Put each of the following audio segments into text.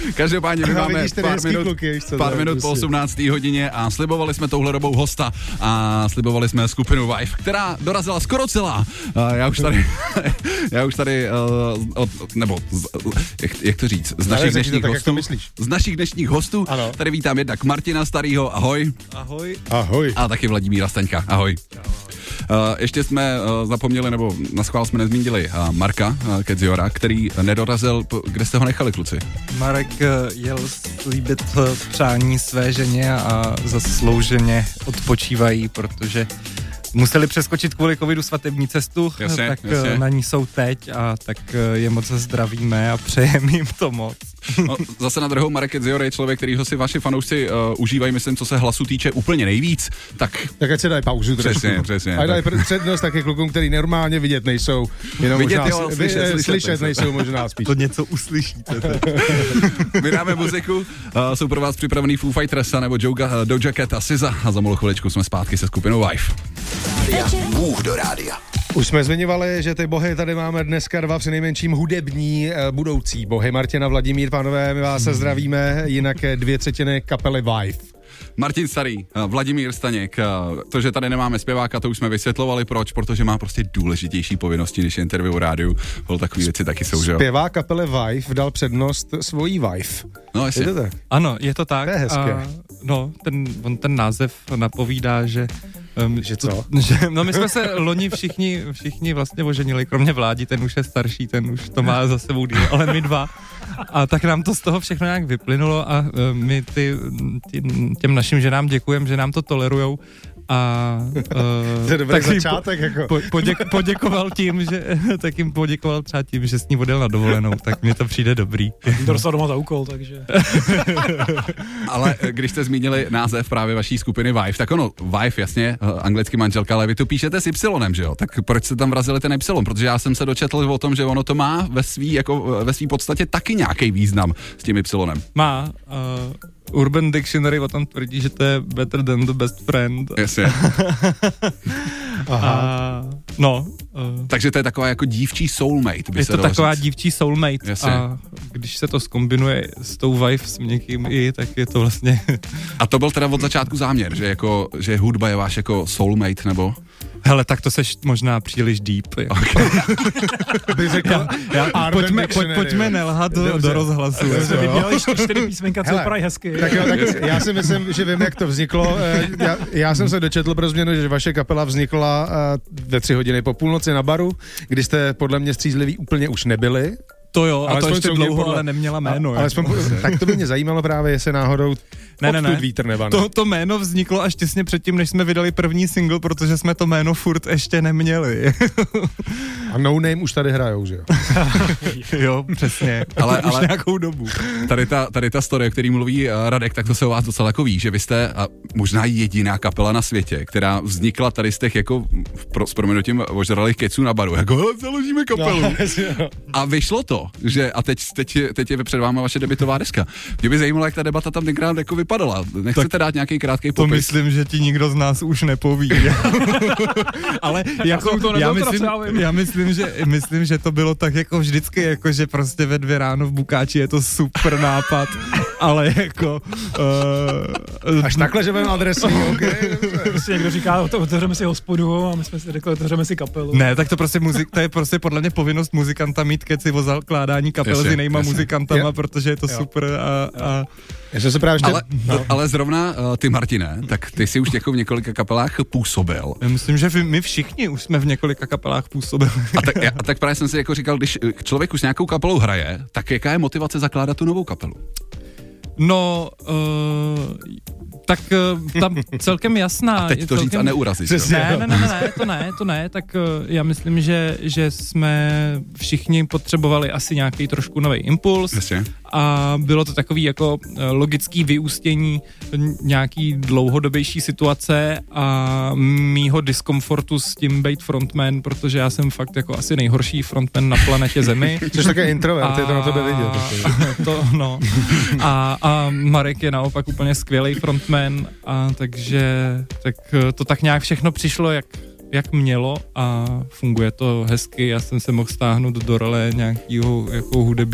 Každopádně my máme pár minut po 18. hodině a slibovali jsme touhle dobou hosta a slibovali jsme skupinu Vive, která dorazila skoro celá. Já už tady, jak to říct, z našich dnešních hostů. Z našich dnešních hostů tady vítám jednak Martina Starýho, ahoj. Ahoj. Ahoj. A taky Vladimíra Staňka, ahoj. Ještě jsme zapomněli, nebo naschvál jsme nezmínili Marka Kedziora, který nedorazil. Kde jste ho nechali, kluci? Marek jel slíbit přání své ženě a zaslouženě odpočívají, protože museli přeskočit kvůli covidu svatební cestu, jasně. Na ní jsou teď a tak je moc zdravíme a přejeme jim to moc. No, zase na druhou Marek Kedzior je člověk, kterýho si vaši fanoušci užívají, myslím, co se hlasu týče úplně nejvíc, tak ať se dají pauzu trošku. Přesně. A dají přednost taky klukům, který normálně vidět nejsou, jenom vidět, možná slyšet nejsou možná spíš. To něco uslyšíte. My dáme muziku, jsou pro vás připravený Foo Fighters nebo Doja Cat a SZA a za malou chviličku jsme zpátky se skupinou Vive. Bůh do rádia. Už jsme zmiňovali, že ty bohy tady máme dneska dva přinejmenším hudební budoucí bohy. Martina, Vladimír, pánové, my vás zdravíme, jinak 2/3 kapely Vive. Martin Starý, Vladimír Staněk, to, že tady nemáme zpěváka, to už jsme vysvětlovali, proč, protože má prostě důležitější povinnosti, než interview v rádiu, takový věci taky jsou, že jo? Zpěvák kapely Vive dal přednost svojí Vive. No, jestli. Je to tak? Ano, je to tak. To je hezké. Ten název napovídá, že my jsme se loni všichni vlastně oženili, kromě Vládi, ten už je starší, ten už to má za sebou díl, ale my dva. A tak nám to z toho všechno nějak vyplynulo a my těm našim ženám děkujeme, že nám to tolerujou. A to je dobrý začátek, jako. Poděkoval tím, tak jim poděkoval třeba tím, že s ní odjel na dovolenou, tak mně to přijde dobrý. To dostal doma za úkol, takže. Ale když jste zmínili název právě vaší skupiny Vive, tak ono, Vive, jasně, anglicky manželka, ale vy to píšete s Y, že jo? Tak proč jste tam vrazili ten Y? Protože já jsem se dočetl o tom, že ono to má ve svý podstatě taky nějaký význam s tím Y. Má. Urban Dictionary o tom tvrdí, že to je better than the best friend. Jasně. Takže to je taková jako dívčí soulmate. Je to taková dívčí soulmate. Jasně. A když se to zkombinuje s tou Vive s někým tak je to vlastně... A to byl teda od začátku záměr, že hudba je váš jako soulmate, nebo... Hele, tak to seš možná příliš deep. Okay. Pojďme nelhat do rozhlasu. Vydělali 4 písmenka, co vypadají hezky. Tak já si myslím, že vím, jak to vzniklo. Já jsem se dočetl pro změnu, že vaše kapela vznikla ve 3 hodiny po půlnoci na baru, kdy jste podle mě střízliví úplně už nebyli. To jo, a to ještě dlouho, ale neměla jméno. Tak to by mě zajímalo právě, jestli náhodou vítr neba. To jméno vzniklo až těsně předtím, než jsme vydali první single, protože jsme to jméno furt ještě neměli. A No Name už tady hrajou, že jo? Jo, přesně. Ale nějakou dobu. Tady ta story, o který mluví Radek, tak to se o vás docela jako ví, že vy jste možná jediná kapela na světě, která vznikla tady z těch jako s prominutím ožralých keců na baru. Jako založíme kapelu. A vyšlo to, že a teď je před váma vaše debutová deska. Mě by zajímalo, jak ta debata tam tenkrát jako vypadala. Nechcete dát nějaký krátký popis? To myslím, že ti nikdo z nás už nepoví. Ale jako já myslím, že to bylo tak jako vždycky, jako že prostě ve 2 ráno v Bukáči je to super nápad, ale jako... Až takhle, že budeme adresní, okay. Prostě někdo říká, otevřeme si hospodu a my jsme si řekli, otevřeme si kapelu. Ne, tak to je prostě podle mě povinnost muzikanta mít keci o zakládání kapel s jinýma muzikantama, protože je to super a ale zrovna ty, Martine, tak ty jsi už jako v několika kapelách působil. Já myslím, že my všichni už jsme v několika kapelách působili. A tak právě jsem si jako říkal, když člověk už s nějakou kapelou hraje, tak jaká je motivace zakládat tu novou kapelu? No, tak tam celkem jasná. A teď to říct a neurazit. Ne, to ne, tak já myslím, že jsme všichni potřebovali asi nějaký trošku nový impuls. Jasně. A bylo to takový jako logický vyústění nějaký dlouhodobější situace a mýho diskomfortu s tím být frontman, protože já jsem fakt jako asi nejhorší frontman na planetě Zemi. Což také introvert, je to na tebe vidět. A Marek je naopak úplně skvělý frontman a takže to tak nějak všechno přišlo, jak mělo a funguje to hezky. Já jsem se mohl stáhnout do role nějakého jako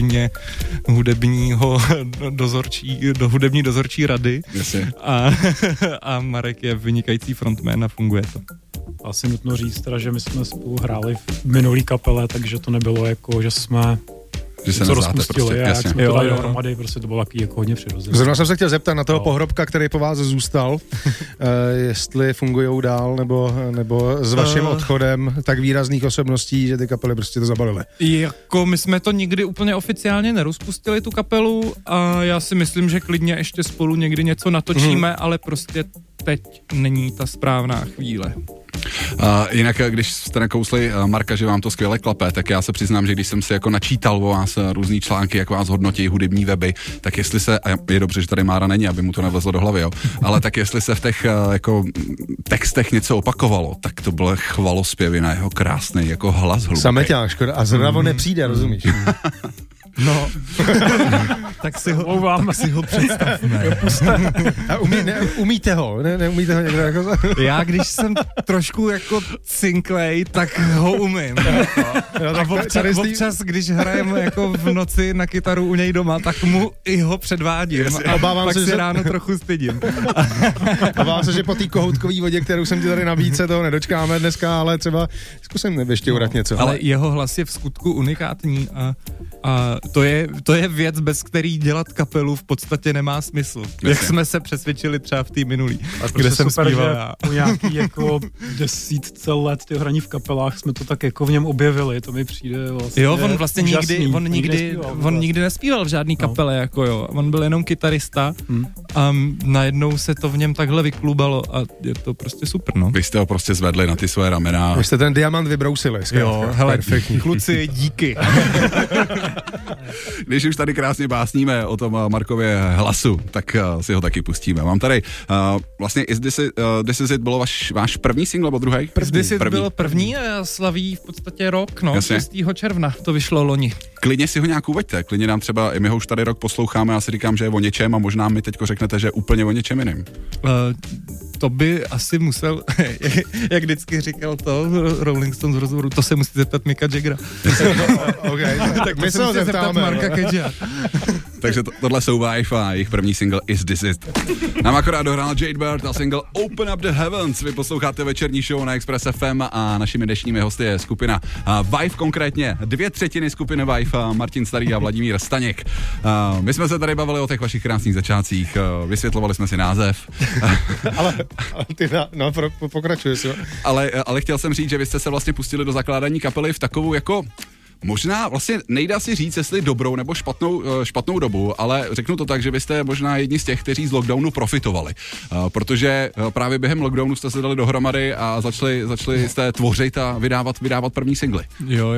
hudební dozorčí rady. A Marek je vynikající frontman a funguje to. Asi nutno říct teda, že my jsme spolu hráli v minulý kapele, takže to nebylo jako, že jsme se rozpustili prostě, a jak jsme to dali dohromady, prostě to bylo taky jako hodně přirozené. Zrovna jsem se chtěl zeptat na toho Pohrobka, který po vás zůstal, jestli fungujou dál, nebo s vaším odchodem tak výrazných osobností, že ty kapely prostě to zabalily. Jako my jsme to nikdy úplně oficiálně nerozpustili, tu kapelu, a já si myslím, že klidně ještě spolu někdy něco natočíme, ale prostě teď není ta správná chvíle. Jinak, když jste nakousli Marka, že vám to skvěle klape, tak já se přiznám, že když jsem si jako načítal o vás různý články, jak vás hodnotí hudební weby, tak jestli se, a je dobře, že tady Mára není, aby mu to nevlezlo do hlavy, jo, ale tak jestli se v těch jako textech něco opakovalo, tak to bylo chvalospěvy na jeho krásný jako hlas hluboký. Sameťák, škoda, a zrovna on nepřijde, rozumíš? No, tak si ho představme. A umíte ho? Neumíte ho někdo jako... Já, když jsem trošku jako cinklej, tak ho umím. A občas, když hrajeme jako v noci na kytaru u něj doma, tak mu i ho předvádím. A pak si ráno trochu stydím. Obávám se, že po té kohoutkový vodě, kterou jsem ti tady nabídce, toho nedočkáme dneska, ale třeba zkusím ještě urat něco. Ale jeho hlas je v skutku unikátní a to je věc, bez který dělat kapelu v podstatě nemá smysl. Jak jsme se přesvědčili třeba v té minulý, kde jsem zpíval já. Po nějaký jako 10 let těch hraní v kapelách jsme to tak jako v něm objevili, to mi přijde vlastně. Jo, on vlastně nikdy nespíval v žádný kapele, jako jo. On byl jenom kytarista a najednou se to v něm takhle vyklubalo a je to prostě super, no. Vy jste ho prostě zvedli na ty své ramena. Vy jste ten diamant vybrousili. Jo, hele, perfektní. Kluci, díky. Když už tady krásně básníme o tom Markově hlasu, tak si ho taky pustíme. Mám tady, vlastně This Is It bylo váš první single, nebo druhý? This Is It bylo první a slaví v podstatě rok, no, 6. června, to vyšlo loni. Klidně si ho nějak uveďte, klidně nám třeba, my ho už tady rok posloucháme, já si říkám, že je o něčem a možná mi teďko řeknete, že je úplně o něčem jiným. To by asi musel, jak vždycky říkal to Rolling Stones v rozhovoru, to se musí zeptat Micka Jaggera. Okay, tak my se ho zeptáme. Marka Cagea. Takže tohle jsou Vive a jejich první single Is This It. Nám akorát dohrál Jadebird a single Open Up the Heavens. Vy posloucháte večerní show na Express FM a našimi dnešními hosty je skupina Vive, konkrétně 2/3 skupiny Vive, Martin Starý a Vladimír Staněk. My jsme se tady bavili o těch vašich krásných začátcích, vysvětlovali jsme si název. ale ty pokračuje si. Ale chtěl jsem říct, že vy jste se vlastně pustili do zakládání kapely v takovou jako možná vlastně nejde si říct, jestli dobrou nebo špatnou dobu, ale řeknu to tak, že vy jste možná jedni z těch, kteří z lockdownu profitovali, protože právě během lockdownu jste se dali dohromady a začali jste tvořit a vydávat první singly. Jo.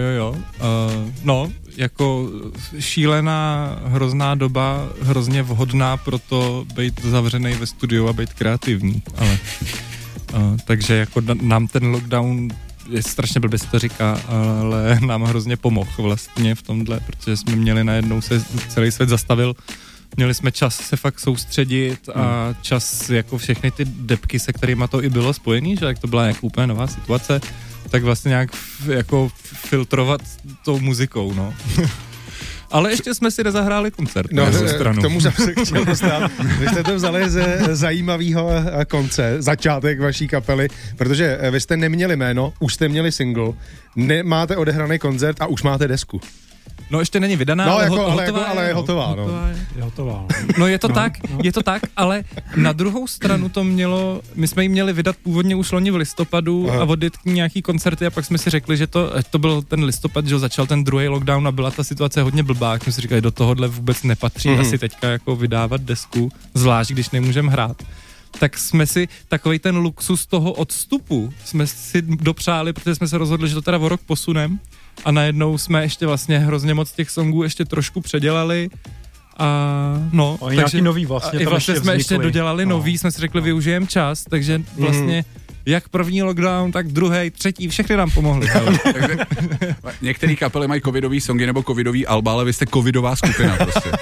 No, jako šílená, hrozná doba, hrozně vhodná pro to být zavřený ve studiu a být kreativní, ale takže jako nám ten lockdown je strašně blbě se to říká, ale nám hrozně pomohl vlastně v tomhle, protože jsme měli najednou celý svět zastavil, měli jsme čas se fakt soustředit a čas jako všechny ty depky, se kterýma to i bylo spojený, že jak to byla jako úplně nová situace, tak vlastně nějak jako filtrovat tou muzikou, no. Ale ještě jsme si nezahráli koncert. No, k tomu jsem se chtěl dostat. Vy jste to vzali ze zajímavého konce, začátek vaší kapely, protože vy jste neměli jméno, už jste měli single, nemáte odehraný koncert a už máte desku. No ještě není vydaná, no, ale je hotová. Je hotová. No je to tak, ale na druhou stranu to mělo, my jsme ji měli vydat původně už loni v listopadu a odjet k ní nějaký koncerty a pak jsme si řekli, že to byl ten listopad, že začal ten druhý lockdown a byla ta situace hodně blbá, jak jsme si říkali, do tohohle vůbec nepatří asi teďka jako vydávat desku, zvlášť když nemůžeme hrát. Tak jsme si takovej ten luxus toho odstupu jsme si dopřáli, protože jsme se rozhodli, že to teda o rok posunem a najednou jsme ještě vlastně hrozně moc těch songů ještě trošku předělali a no. A nějaký nový vlastně. I vlastně jsme ještě dodělali nový, jsme si řekli, využijeme čas, takže vlastně jak první lockdown, tak druhý, třetí, všechny nám pomohly. Některé kapely mají covidový songy nebo covidový alba, ale vy jste covidová skupina prostě.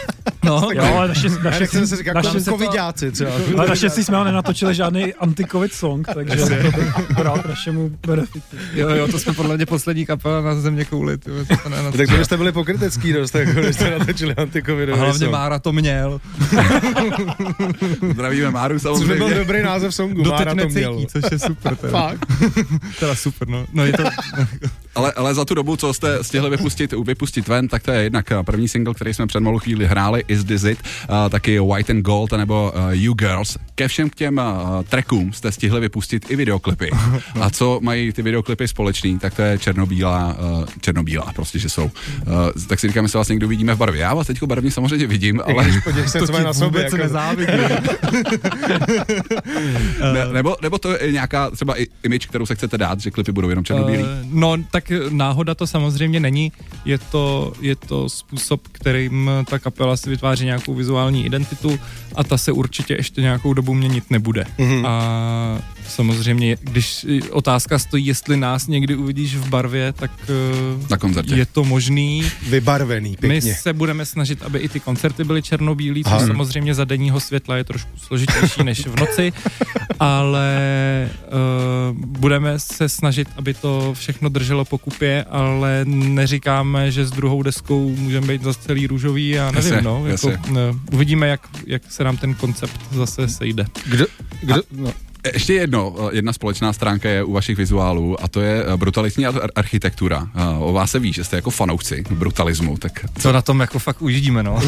No, Jo, ale Nechci se říkat covidáci třeba. ale naštěstí jsme ho nenatočili žádný anti-covid song, takže to brát k našemu benefitu. Jo, to jsme podle mě poslední kapela na země kouli. Tak to byste byli pokrytecký dost, jako když jste natočili anti-covidový A hlavně song. Mára to měl. Zdravíme Máru Což by samozřejmě. byl dobrý název songu, Doteď Mára to necítí, měl. což je super. Teda. Fakt. Teda super, no je to... Ale za tu dobu, co jste stihli vypustit ven, tak to je jednak první single, který jsme před malou chvíli hráli, Is This It, taky White and Gold, nebo You Girls. Ke všem k těm trackům jste stihli vypustit i videoklipy. A co mají ty videoklipy společný, tak to je černobílá, prostě, že jsou. Tak si říkáme, se vás někdy uvidíme v barvě. Já vás teďko barevně samozřejmě vidím, ale... Podívej se, co mají na sobě. Jako... nebo to je nějaká třeba image, kterou se chcete dát, že klipy budou jenom černobílý? No, tak náhoda to samozřejmě není. Je to způsob, kterým ta kapela si vytváří nějakou vizuální identitu a ta se určitě ještě nějakou dobu měnit nebude. Mm-hmm. A samozřejmě, když otázka stojí, jestli nás někdy uvidíš v barvě, tak na koncertě je to možný. Vybarvený, pěkně. My se budeme snažit, aby i ty koncerty byly černobílí, což samozřejmě za denního světla je trošku složitější než v noci, ale budeme se snažit, aby to všechno drželo pokupě, ale neříkáme, že s druhou deskou můžeme být zase celý růžový a nevím, uvidíme, jak se nám ten koncept zase sejde. No. Ještě jedna společná stránka je u vašich vizuálů a to je brutalitní architektura. O vás se ví, že jste jako fanoušci brutalismu, tak... Co na tom jako fakt uvidíme, no.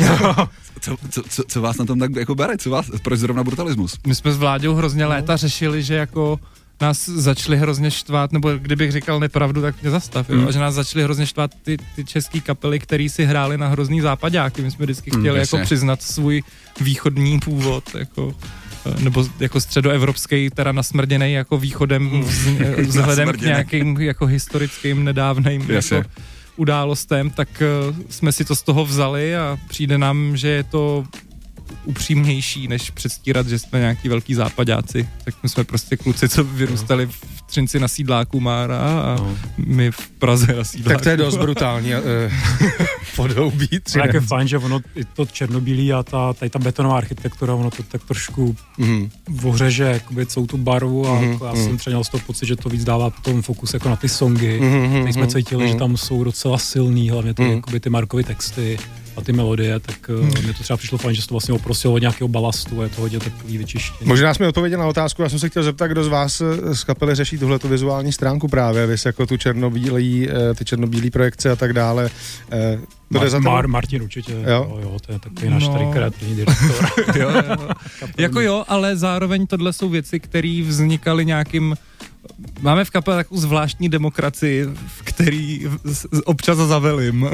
Co vás na tom tak jako bere? Proč zrovna brutalismus? My jsme s Vláďou hrozně léta řešili, že jako nás začali hrozně štvát, nebo kdybych říkal nepravdu, tak mě zastav, jo? A že nás začaly hrozně štvát ty český kapely, který si hráli na hrozný zápaďáky. My jsme vždycky chtěli jako přiznat svůj východní původ, jako nebo jako středoevropský, teda nasmrděnej jako východem vzhledem k nějakým jako historickým nedávným jako událostem, tak jsme si to z toho vzali a přijde nám, že je to upřímnější, než předstírat, že jsme nějaký velký západáci. Tak my jsme prostě kluci, co vyrůstali v Třinci na sídláku Mára a my v Praze na sídláku. Tak to je dost brutální podobí. Ale jak je fajn, že ono to černobílý a tady ta betonová architektura, ono to tak trošku ohřeže jakoby celou tu barvu a já jsem třeba měl z toho pocit, že to víc dává potom fokus jako na ty songy. Teď jsme cítili, že tam jsou docela silný, hlavně jakoby ty Markovy texty a ty melodie, tak mě to třeba přišlo fajn, že to vlastně oprosil od nějakého balastu a je to hodně takový vyčištění. Možná jsme odpověděli na otázku, já jsem se chtěl zeptat, kdo z vás z kapely řeší tuhletu vizuální stránku právě, vy jako tu ty černobílý projekce a tak dále. Martin určitě, jo, to je takový náš tady kreativní direktor. jo, ale zároveň tohle jsou věci, které vznikaly nějakým. Máme v kapele takovou zvláštní demokracii, v který občas zavelím.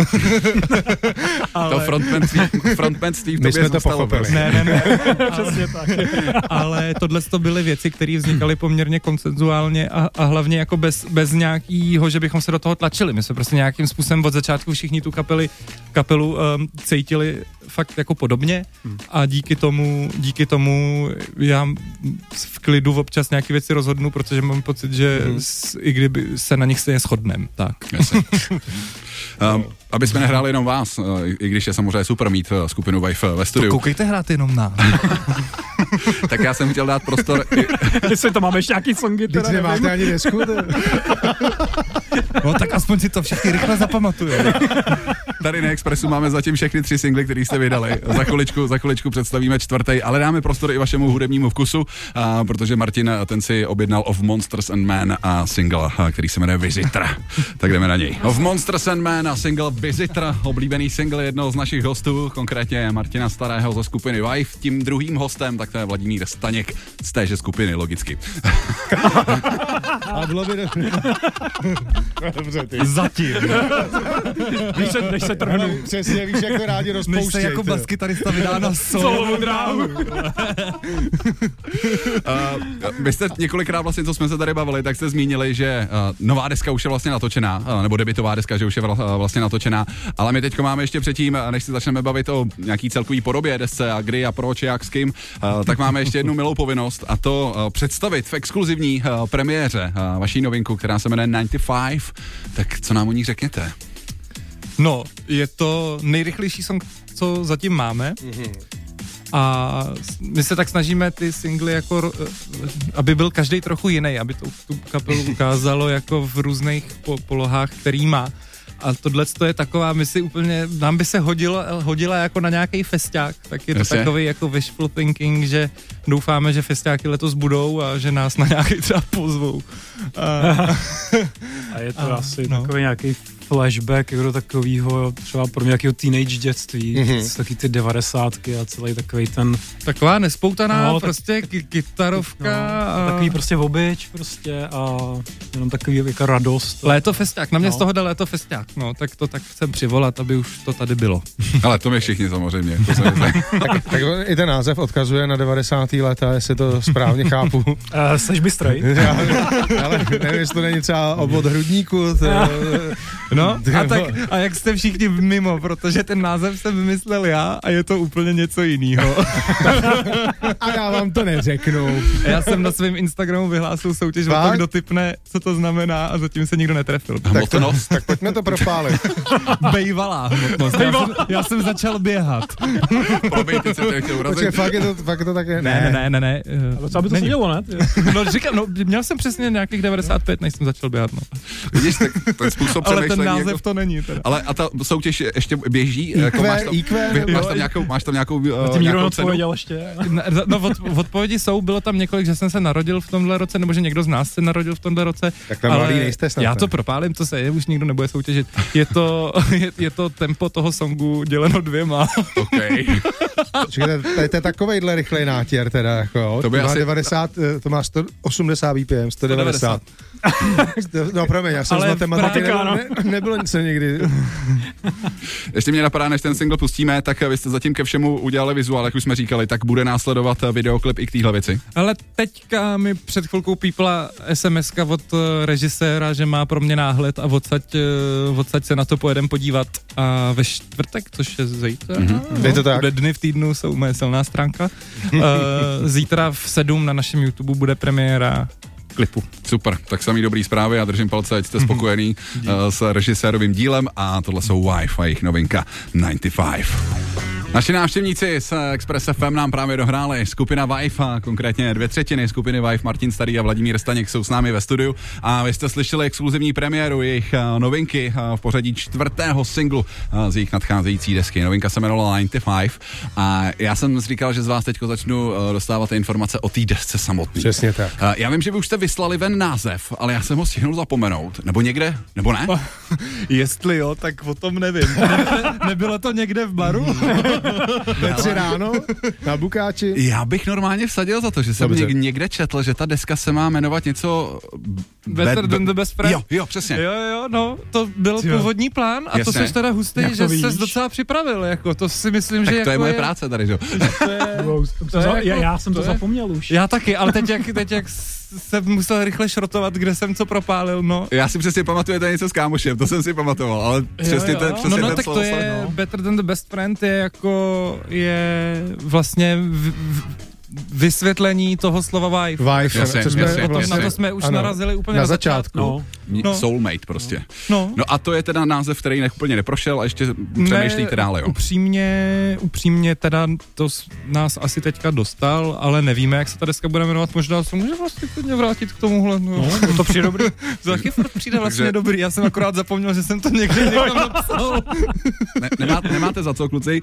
Ale... To frontmanství v tobě jsme to pochopili. Ne. Přesně tak. Ale tohle to byly věci, které vznikaly poměrně konsenzuálně a hlavně jako bez nějakého, že bychom se do toho tlačili. My jsme prostě nějakým způsobem od začátku všichni tu kapelu cítili fakt jako podobně a díky tomu já v klidu občas nějaké věci rozhodnu, protože mám pocit, že i kdyby se na nich stejně shodneme. Tak. Aby jsme nehráli jenom vás, i když je samozřejmě super mít skupinu Vive ve studiu. To koukejte hrát jenom nás. Tak já jsem chtěl dát prostor... Jestli to máme ještě nějaký songy, teda nevím. Nemáte ani desku? No tak aspoň si to všichni rychle zapamatuje. Tady na Expressu máme zatím všechny 3 singly, které jste vydali. Za chviličku představíme 4. ale dáme prostor i vašemu hudebnímu vkusu, protože Martin ten si objednal Of Monsters and Men a single, který se jmenuje Visitor. Tak jdeme na něj. Of Monsters and Men a single Visitor, oblíbený single jednoho z našich hostů, konkrétně Martina Starého ze skupiny Vive. Tím druhým hostem, tak to je Vladimír Staněk z téže skupiny, logicky. A bylo by dobře, ty. Zatím. Než se trhnu. Přesně, víš, jak to rádi rozpouštěj. Než se jako baskytarista vydá na solovou dráhu. Vy jste několikrát vlastně, co jsme se tady bavili, tak jste zmínili, že nová deska už je vlastně natočená, nebo debutová deska, že už je vlastně natočená, ale my teďko máme ještě předtím, než si začneme bavit o nějaký celkový podobě desce a kdy a proč, jak s kým, tak máme ještě jednu milou povinnost a to představit v exkluzivní premiéře vaší novinku, která se jmenuje 95. Tak co nám o ní řekněte? No, je to nejrychlejší song, co zatím máme. A my se tak snažíme ty singly jako, aby byl každý trochu jiný, aby to tu kapelu ukázalo jako v různých polohách, který má. A tohle je taková, nám by se hodila jako na nějaký festiák, tak je to takový jako wishful thinking, že doufáme, že festiáky letos budou a že nás na nějaký třeba pozvou. A je to asi takový nějaký flashback do takového, třeba pro mě nějakého teenage dětství, taky ty 90ky a celý takový ten... Taková nespoutaná prostě kytarovka. A takový prostě obyč prostě a jenom takový jako radost. Léto festiák, na mě z toho jde léto festiák, no, tak to tak chcem přivolat, aby už to tady bylo. Ale to my všichni samozřejmě. tak i ten název odkazuje na 90. léta, jestli to správně chápu. Seš bystrej? Ale nevím, jestli to není třeba obvod hrudníku. No a jak jste všichni mimo, protože ten název jsem vymyslel já a je to úplně něco jiného. A já vám to neřeknu. Já jsem na svém Instagramu vyhlásil soutěž o to, kdo tipne, co to znamená a zatím se nikdo netrefil. Tak pojďme to propálit. Bejvalá hmotnost. Já jsem začal běhat. Promiň, ty se to chtěl urazit. Počkej, fakt to také... Ne. Ale co by to sedělo, ne? No říkám, měl jsem přesně nějakých 95, než jsem začal běhat, no. Vidíš, tak ten způsob ale ten název jako... to není teda. Ale a ta soutěž ještě běží? Máš tam nějakou tím někdo odpověděl ještě. No odpovědi jsou, bylo tam několik, že jsem se narodil v tomhle roce, nebo že někdo z nás se narodil v tomhle roce. Tak tam malý nejste snad. Já to propálím, to se už nikdo nebude soutěžit. Je to tempo toho songu děleno 2. Okay. Počkejte, to je takovejhle rychlej nátěr teda, jako. To má asi... 90, to má 180 BPM, 190. No promiň, já jsem z matematiky nebylo nic nikdy. Ještě mě napadá, než ten single pustíme, tak vy jste zatím ke všemu udělali vizuál, jak už jsme říkali, tak bude následovat videoklip i k téhle věci. Ale teďka mi před chvilkou pípla SMS-ka od režiséra, že má pro mě náhled a odsaď se na to pojedem podívat a ve čtvrtek, což je zítra. Je to tak. Dny v týdnu jsou moje silná stránka. Zítra v 7 na našem YouTube bude premiéra klipu. Super, tak samý dobrý zprávy, já držím palce, ať jste spokojený s režisérovým dílem a tohle jsou Wife a jejich novinka 95. Naši návštěvníci z Express FM nám právě dohráli skupina Wife a konkrétně 2/3 skupiny Wife, Martin Starý a Vladimír Staněk jsou s námi ve studiu a vy jste slyšeli exkluzivní premiéru jejich novinky v pořadí 4. singlu z jejich nadcházející desky. Novinka se jmenovala 95 a já jsem říkal, že z vás teďko začnu dostávat informace o té desce samotné. Přesně tak. Já vím, že vy už jste vyslali ven název, ale já jsem ho stihnul zapomenout. Nebo někde? Nebo ne? Jestli jo, tak o tom nevím. Nebylo to někde v baru? Ve 3 ráno na Bukáči. Já bych normálně vsadil za to, že jsem někde četl, že ta deska se má jmenovat něco... Better than the best friend. Jo, přesně. Jo, no, to byl původní plán a jasně. To seš teda hustý, že ses docela připravil, jako, to si myslím, tak že to jako je moje práce tady, že? Já jsem to zapomněl už. Já taky, ale teď jak jsem musel rychle šrotovat, kde jsem co propálil, no. Já si přesně pamatuju, to je něco s kámošem, to jsem si pamatoval, ale přesně ten no, tak to je Better than the best friend je vlastně vysvětlení toho slova wife. Jasně. Na to jsme už narazili úplně na začátku. No. Soulmate prostě. No a to je teda název, který úplně neprošel a ještě přemýšlíte dále, jo? Upřímně teda to nás asi teďka dostal, ale nevíme, jak se ta deska bude jmenovat. Možná se může vlastně klidně vrátit k tomuhle. No, to přijde dobrý. To taky přijde vlastně dobrý. Já jsem akorát zapomněl, že jsem to někde někam napsal. Nemáte za co, kluci?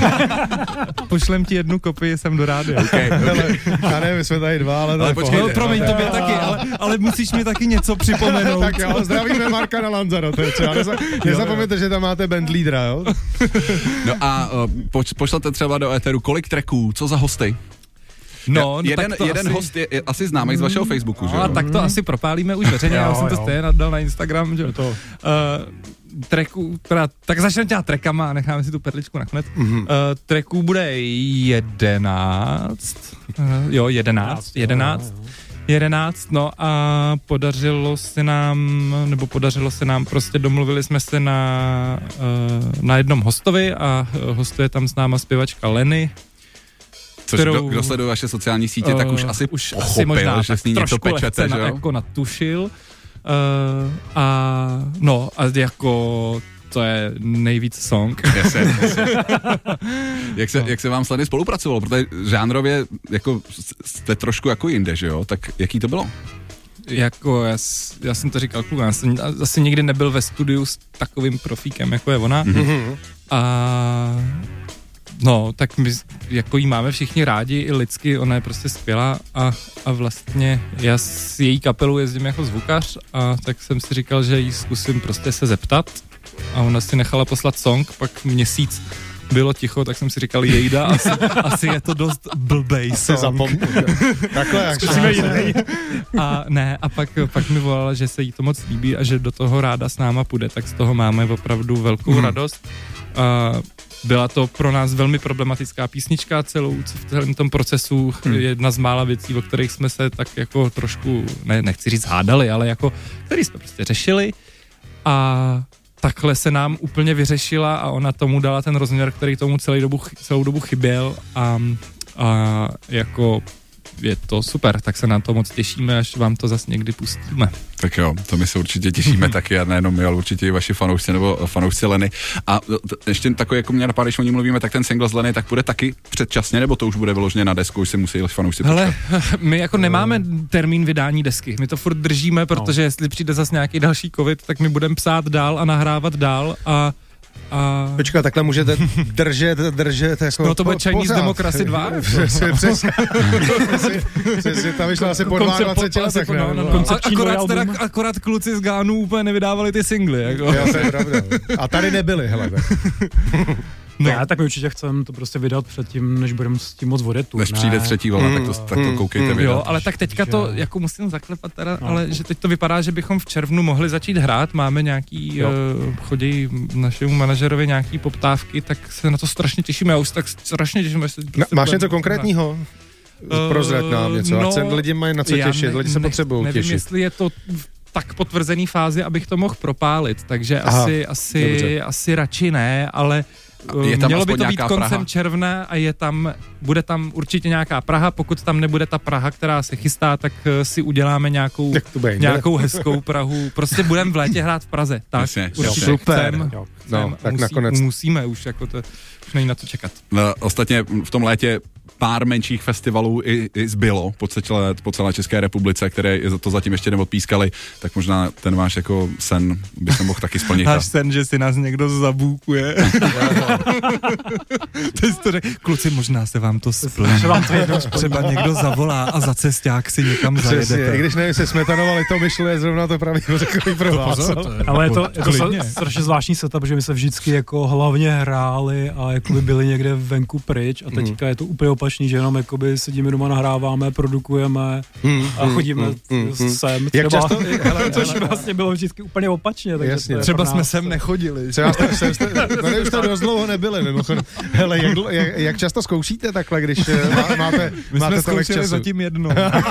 Pošlem ti 1 kopii, jsem do rádia. Okay. Já nevím, jsme tady 2, ale počkej. No, promiň, tobě taky, ale musíš mi taky něco připomenout. Tak jo, zdravíme Marka na Lanzarote, třeba. Nezapomeňte, že tam máte bandleadera, jo? No a pošlete třeba do éteru kolik tracků, co za hosty? No, jeden host je asi známý z vašeho Facebooku, že jo? A tak to asi propálíme už veřejně, já jsem to stejně dal na Instagram, že to. Tracků, tak začneme dělat trackama a necháme si tu perličku nakonec. Tracků bude 11. Jo, 11, no a podařilo se nám, prostě domluvili jsme se na jednom hostovi a hostuje tam s náma zpěvačka Lenny. Což kdo sleduje vaše sociální sítě, tak už asi pochopil, možná, že s ní něco pečete, že jo? Jako natušil. A jako to je nejvíc song. Jak se vám snadně spolupracovalo, protože žánrově jako jste trošku jako jinde, že jo? Tak jaký to bylo? Jako já jsem to říkal klukám, já jsem asi nikdy nebyl ve studiu s takovým profíkem, jako je ona. A no, tak my jako jí máme všichni rádi, i lidsky, ona je prostě skvělá a vlastně já s její kapelou jezdím jako zvukař a tak jsem si říkal, že jí zkusím prostě se zeptat a ona si nechala poslat song, pak měsíc bylo ticho, tak jsem si říkal, jejda, asi je to dost blbej song. Takhle, jak zkusíme jiný. A pak mi volala, že se jí to moc líbí a že do toho ráda s náma půjde, tak z toho máme opravdu velkou radost. Byla to pro nás velmi problematická písnička v celém tom procesu, jedna z mála věcí, o kterých jsme se tak jako trošku, nechci říct hádali, ale jako, který jsme prostě řešili a takhle se nám úplně vyřešila a ona tomu dala ten rozměr, který tomu celou dobu chyběl a jako je to super, tak se na to moc těšíme, až vám to zase někdy pustíme. Tak jo, to my se určitě těšíme taky a nejenom my, ale určitě i vaši fanoušci nebo fanoušci Leny. A ještě takový, jako mě napadá, když o ní mluvíme, tak ten single z Leny, tak bude taky předčasně, nebo to už bude vyloženě na desku, už se musí fanoušci počkat? Hele, my jako nemáme termín vydání desky, my to furt držíme, protože jestli přijde zase nějaký další covid, tak my budeme psát dál a nahrávat dál a Počkej, takhle můžete držet jako no to bude Chinese Democracy 2. Přesně, ta vyšla asi po 22 letech. Akorát kluci z Gánu úplně nevydávali ty singly. Jako. To je pravda. A tady nebyli, hele. No. Já tak my určitě chcem to prostě vydat předtím, než budeme s tím moc vodetu. Než přijde třetí vlna, tak to koukejte vydat. Jo, ale tak teďka to, jako musím zaklepat teda, ale že teď to vypadá, že bychom v červnu mohli začít hrát, máme nějaký, chodí našemu manažerovi nějaký poptávky, tak se na to strašně těšíme, já už tak strašně těším. Prostě máš něco konkrétního? Prozrať nám něco, ať se lidi mají na co těšit, lidi se potřebují těšit. Nevím, jestli je to tak potvrzený fázi, abych to mohl propálit, takže asi radši ne, ale mělo by to být koncem Praha? Června a bude tam určitě nějaká Praha, pokud tam nebude ta Praha, která se chystá, tak si uděláme nějakou hezkou Prahu, prostě budeme v létě hrát v Praze, tak Jasně, určitě super. Musíme už, jako to, už není na to čekat. Ostatně v tom létě pár menších festivalů i zbylo po celé České republice, které to zatím ještě neodpískali, tak možná ten váš jako sen by se mohl taky splnit. Náš sen, že si nás někdo zabůkuje. Teď to řekl, kluci, možná se vám to splní. Třeba někdo zavolá a za cesták si někam zajedete. I když nevím, se smetanovali to myšlo, je zrovna to pravý takový pro vás. Ale je to strašně zvláštní setup, že my se vždycky jako hlavně hráli a jako by byli někde venku pryč a teďka je to úplně opačný, že jenom jakoby sedíme doma, nahráváme, produkujeme a chodíme sem. Jak často? Což vlastně bylo vždycky úplně opačně. Jasně. Třeba jsme sem nechodili. Třeba tady už to dost dlouho nebyli, mimochodem. Hele, jak často zkoušíte takhle, když máte tolik času? Zatím jednou.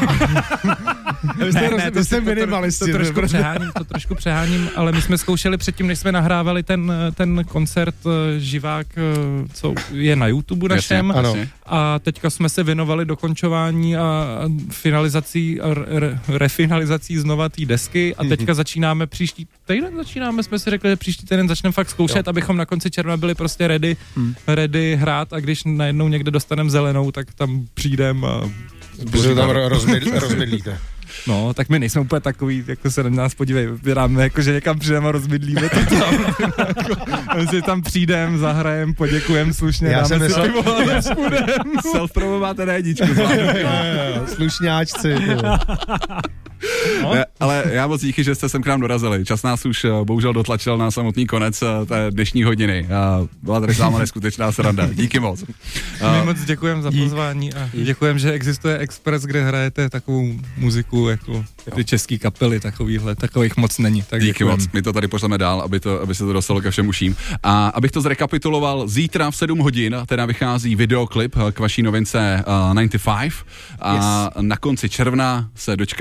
To jste minimalisti. To trošku přeháním, ale my jsme zkoušeli předtím, než jsme nahrávali ten koncert živák, co je na YouTube našem. Jasně. A teďka jsme se věnovali dokončování a finalizací a refinalizací znova té desky a teďka začínáme příští týden, jsme si řekli, že příští týden začneme fakt zkoušet, abychom na konci června byli prostě ready hrát a když najednou někde dostaneme zelenou, tak tam přijdem a tam rozmydlíte. No, tak my nejsme úplně takový, jako se na nás podívej, vyráme, jako že někam přijdeme a rozmydlíme to tam. My si tam přijdem, zahrajem, poděkujem slušně, já dáme si pivo a Self-promo máte na jedničku. Slušňáčci. Ne, ale já moc díky, že jste sem k nám dorazili. Čas nás už bohužel dotlačil na samotný konec té dnešní hodiny. Byla tady s váma neskutečná sranda. Díky moc. My moc děkujeme za pozvání a děkujeme, že existuje Express, kde hrajete takovou muziku, jako ty český kapely, takových moc není. Tak díky moc. My to tady pošleme dál, aby se to dostalo ke všem uším. A abych to zrekapituloval, zítra v 7 hodin teda vychází videoklip k vaší novince 95 a na konci června se dočkáme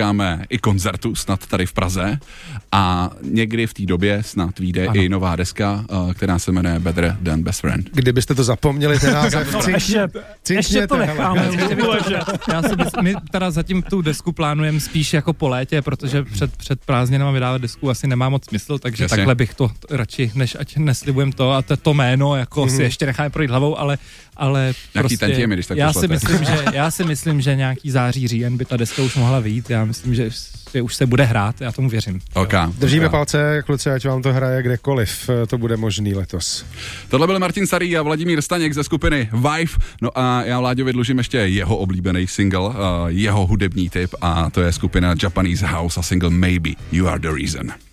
i koncertu snad tady v Praze a někdy v té době snad vyjde i nová deska, která se jmenuje Better Than Best Friend. Kdybyste to zapomněli, ten název. Ještě to necháme. My teda zatím tu desku plánujeme spíš jako po létě, protože před prázdninama vydávat desku asi nemá moc smysl, takže takhle bych to radši, než ať neslibujem to a to jméno jako si ještě necháme projít hlavou, ale nějaký prostě tantiemy, když tak já si myslím, že nějaký září, říjen by ta deska už mohla vyjít. Já myslím, že už se bude hrát, já tomu věřím. Držíme palce, kluci, ať vám to hraje kdekoliv, to bude možný letos. Tohle byl Martin Starý a Vladimír Staněk ze skupiny Vive. No a já Vláďovi dlužím ještě jeho oblíbený single, jeho hudební tip a to je skupina Japanese House a single Maybe You Are The Reason.